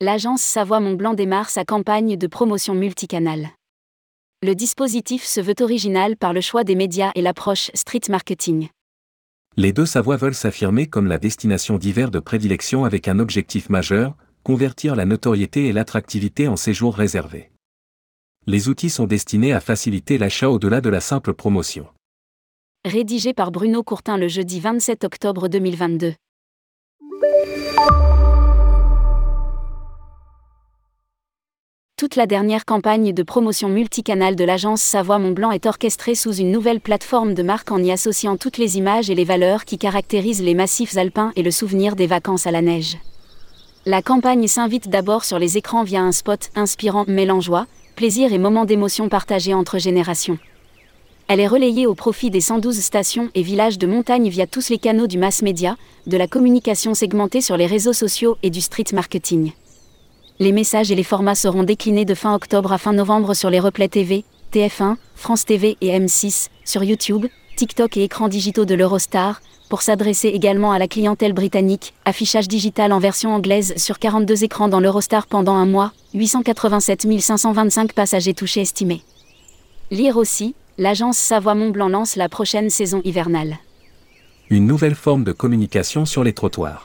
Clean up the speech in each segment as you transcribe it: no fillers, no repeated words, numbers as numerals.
L'agence Savoie-Mont-Blanc démarre sa campagne de promotion multicanale. Le dispositif se veut original par le choix des médias et l'approche street marketing. Les deux Savoies veulent s'affirmer comme la destination d'hiver de prédilection avec un objectif majeur, convertir la notoriété et l'attractivité en séjours réservés. Les outils sont destinés à faciliter l'achat au-delà de la simple promotion. Rédigé par Bruno Courtin le jeudi 27 octobre 2022. Toute la dernière campagne de promotion multicanale de l'agence Savoie-Mont-Blanc est orchestrée sous une nouvelle plateforme de marque en y associant toutes les images et les valeurs qui caractérisent les massifs alpins et le souvenir des vacances à la neige. La campagne s'invite d'abord sur les écrans via un spot inspirant mêlant joie, plaisir et moments d'émotion partagés entre générations. Elle est relayée au profit des 112 stations et villages de montagne via tous les canaux du mass média, de la communication segmentée sur les réseaux sociaux et du street marketing. Les messages et les formats seront déclinés de fin octobre à fin novembre sur les replays TV, TF1, France TV et M6, sur YouTube, TikTok et écrans digitaux de l'Eurostar, pour s'adresser également à la clientèle britannique, affichage digital en version anglaise sur 42 écrans dans l'Eurostar pendant un mois, 887 525 passagers touchés estimés. Lire aussi, l'agence Savoie-Mont-Blanc lance la prochaine saison hivernale. Une nouvelle forme de communication sur les trottoirs.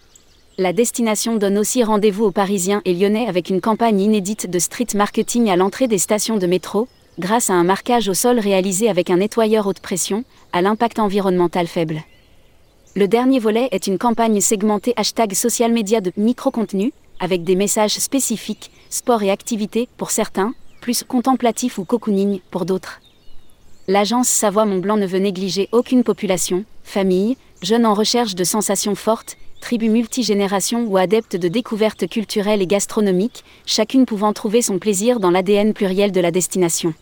La destination donne aussi rendez-vous aux Parisiens et Lyonnais avec une campagne inédite de street marketing à l'entrée des stations de métro, grâce à un marquage au sol réalisé avec un nettoyeur haute pression, à l'impact environnemental faible. Le dernier volet est une campagne segmentée #social media de micro-contenu, avec des messages spécifiques, sport et activités pour certains, plus contemplatifs ou cocooning pour d'autres. L'agence Savoie-Mont-Blanc ne veut négliger aucune population, famille, jeunes en recherche de sensations fortes, tribus multigénérations ou adeptes de découvertes culturelles et gastronomiques, chacune pouvant trouver son plaisir dans l'ADN pluriel de la destination.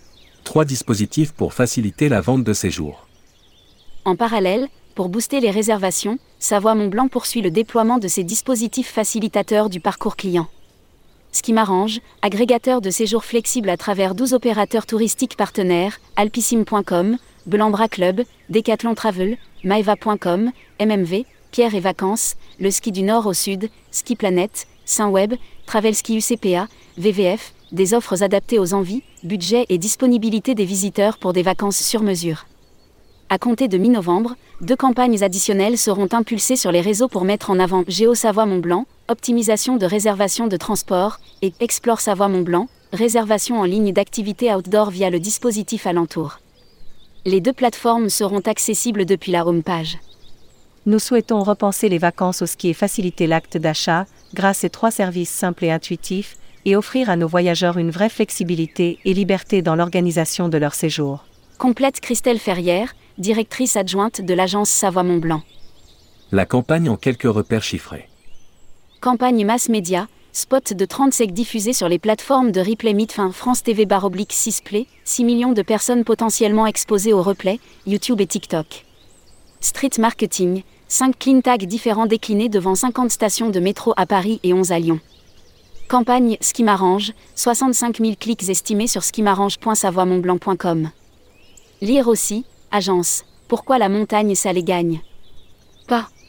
3 dispositifs pour faciliter la vente de séjours. En parallèle, pour booster les réservations, Savoie-Mont-Blanc poursuit le déploiement de ses dispositifs facilitateurs du parcours client. Skimarrange, agrégateur de séjours flexibles à travers 12 opérateurs touristiques partenaires, alpissime.com, Belambra Club, Decathlon Travel, Maeva.com, MMV, Pierre et Vacances, le ski du nord au sud, Ski Planète, Saint-Web, Travelski UCPA, VVF, des offres adaptées aux envies, budgets et disponibilité des visiteurs pour des vacances sur mesure. À compter de mi-novembre, 2 campagnes additionnelles seront impulsées sur les réseaux pour mettre en avant Géo Savoie-Mont-Blanc, optimisation de réservation de transport, et Explore Savoie-Mont-Blanc, réservation en ligne d'activités outdoor via le dispositif alentour. Les 2 plateformes seront accessibles depuis la homepage. Nous souhaitons repenser les vacances au ski et faciliter l'acte d'achat, grâce à 3 services simples et intuitifs, et offrir à nos voyageurs une vraie flexibilité et liberté dans l'organisation de leur séjour. Complète Christelle Ferrière, directrice adjointe de l'agence Savoie-Mont-Blanc. La campagne en quelques repères chiffrés. Campagne mass média, spot de 30 secs diffusés sur les plateformes de replay Midfin France TV /6 Play, 6 millions de personnes potentiellement exposées au replay, YouTube et TikTok. Street marketing, 5 clean tags différents déclinés devant 50 stations de métro à Paris et 11 à Lyon. Campagne Skimarrange, 65 000 clics estimés sur skimarrange.savoiemontblanc.com. Lire aussi, agence, pourquoi la montagne ça les gagne. Pas.